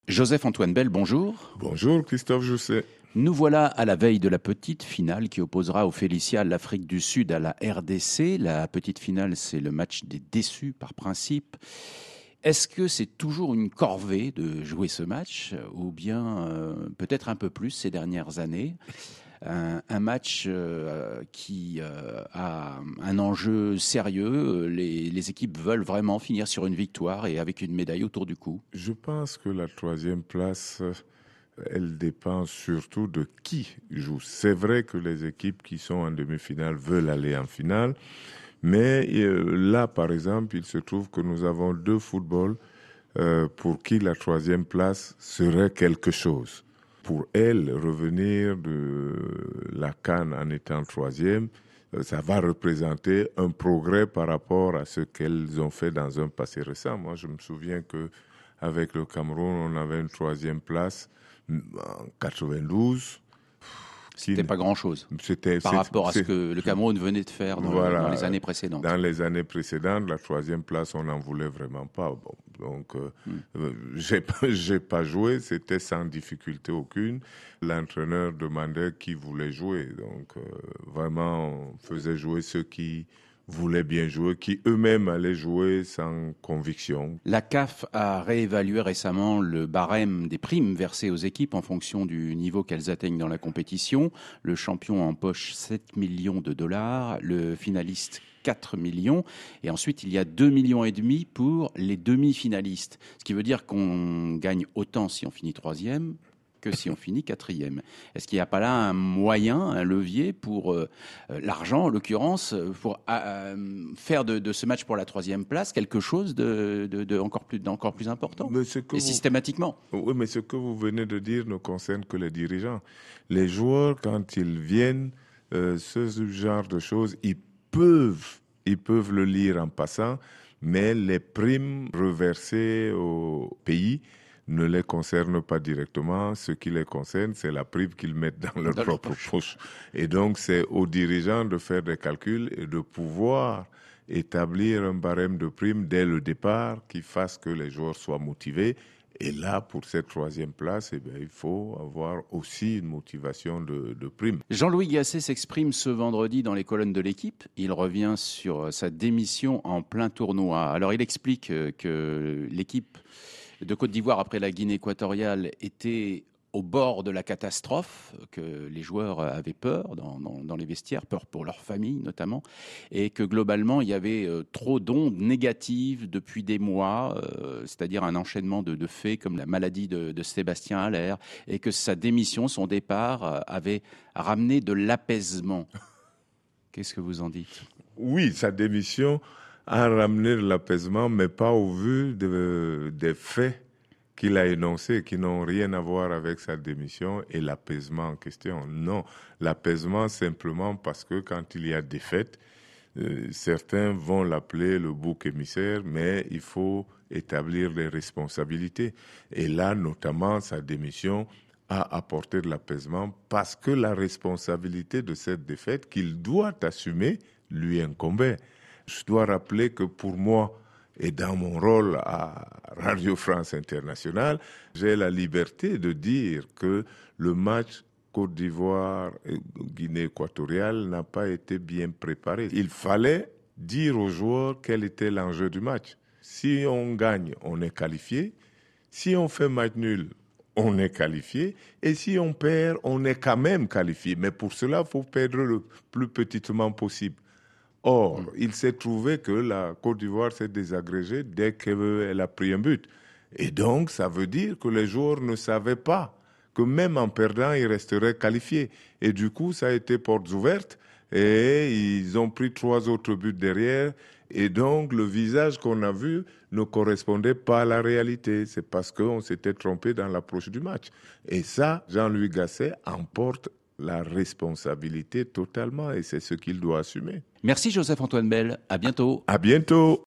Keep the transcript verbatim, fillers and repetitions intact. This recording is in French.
Joseph-Antoine Bell, bonjour. Bonjour Christophe Jousset. Nous voilà à la veille de la petite finale qui opposera au Felicia l'Afrique du Sud à la R D C. La petite finale, c'est le match des déçus par principe. Est-ce que c'est toujours une corvée de jouer ce match ou bien euh, peut-être un peu plus ces dernières années? Un, un match euh, qui euh, a un enjeu sérieux. Les, les équipes veulent vraiment finir sur une victoire et avec une médaille autour du cou. Je pense que la troisième place, elle dépend surtout de qui joue. C'est vrai que les équipes qui sont en demi-finale veulent aller en finale, mais euh, là, par exemple, il se trouve que nous avons deux footballs euh, pour qui la troisième place serait quelque chose. Pour elles, revenir de la CAN en étant troisième, ça va représenter un progrès par rapport à ce qu'elles ont fait dans un passé récent. Moi, je me souviens que avec le Cameroun, on avait une troisième place en quatre-vingt-douze. C'était pas grand-chose C'était, par c'est, rapport à ce c'est, que le Cameroun venait de faire dans, voilà, dans les années précédentes. Dans les années précédentes, la troisième place, on n'en voulait vraiment pas. Bon, donc, euh, hmm. euh, j'ai, j'ai pas joué, c'était sans difficulté aucune. L'entraîneur demandait qui voulait jouer. Donc, euh, vraiment, on faisait jouer ceux qui voulaient bien jouer, qui eux-mêmes allaient jouer sans conviction. La C A F a réévalué récemment le barème des primes versées aux équipes en fonction du niveau qu'elles atteignent dans la compétition. Le champion empoche sept millions de dollars, le finaliste quatre millions, et ensuite il y a deux millions et demi pour les demi-finalistes. Ce qui veut dire qu'on gagne autant si on finit troisième que si on finit quatrième. Est-ce qu'il n'y a pas là un moyen, un levier pour euh, l'argent, en l'occurrence, pour euh, faire de, de ce match pour la troisième place quelque chose de, de, de encore plus, d'encore plus important mais ce que et vous... systématiquement? Oui, mais ce que vous venez de dire ne concerne que les dirigeants. Les joueurs, quand ils viennent, euh, ce genre de choses, ils peuvent, ils peuvent le lire en passant, mais les primes reversées au pays ne les concerne pas directement. Ce qui les concerne, c'est la prime qu'ils mettent dans leur dans propre poche. poche. Et donc, c'est aux dirigeants de faire des calculs et de pouvoir établir un barème de primes dès le départ qui fasse que les joueurs soient motivés. Et là, pour cette troisième place, eh bien, il faut avoir aussi une motivation de, de prime. Jean-Louis Gasset s'exprime ce vendredi dans les colonnes de l'Équipe. Il revient sur sa démission en plein tournoi. Alors, il explique que l'équipe de Côte d'Ivoire après la Guinée équatoriale était au bord de la catastrophe, que les joueurs avaient peur dans, dans, dans les vestiaires, peur pour leur famille notamment, et que globalement il y avait euh, trop d'ondes négatives depuis des mois, euh, c'est-à-dire un enchaînement de, de faits comme la maladie de, de Sébastien Haller, et que sa démission, son départ, euh, avait ramené de l'apaisement. Qu'est-ce que vous en dites? Oui, sa démission a ramené de l'apaisement, mais pas au vu de, des faits qu'il a énoncés, qui n'ont rien à voir avec sa démission et l'apaisement en question. Non, l'apaisement simplement parce que quand il y a défaite, euh, certains vont l'appeler le bouc émissaire, mais il faut établir les responsabilités. Et là, notamment, sa démission a apporté de l'apaisement parce que la responsabilité de cette défaite qu'il doit assumer lui incombait. Je dois rappeler que pour moi, et dans mon rôle à Radio France Internationale, j'ai la liberté de dire que le match Côte d'Ivoire et Guinée équatoriale n'a pas été bien préparé. Il fallait dire aux joueurs quel était l'enjeu du match. Si on gagne, on est qualifié. Si on fait match nul, on est qualifié. Et si on perd, on est quand même qualifié. Mais pour cela, il faut perdre le plus petitement possible. Or, mmh. il s'est trouvé que la Côte d'Ivoire s'est désagrégée dès qu'elle a pris un but. Et donc, ça veut dire que les joueurs ne savaient pas que même en perdant, ils resteraient qualifiés. Et du coup, ça a été portes ouvertes et ils ont pris trois autres buts derrière. Et donc, le visage qu'on a vu ne correspondait pas à la réalité. C'est parce qu'on s'était trompé dans l'approche du match. Et ça, Jean-Louis Gasset emporte la responsabilité totalement et c'est ce qu'il doit assumer. Merci Joseph-Antoine Bell, à bientôt. À bientôt.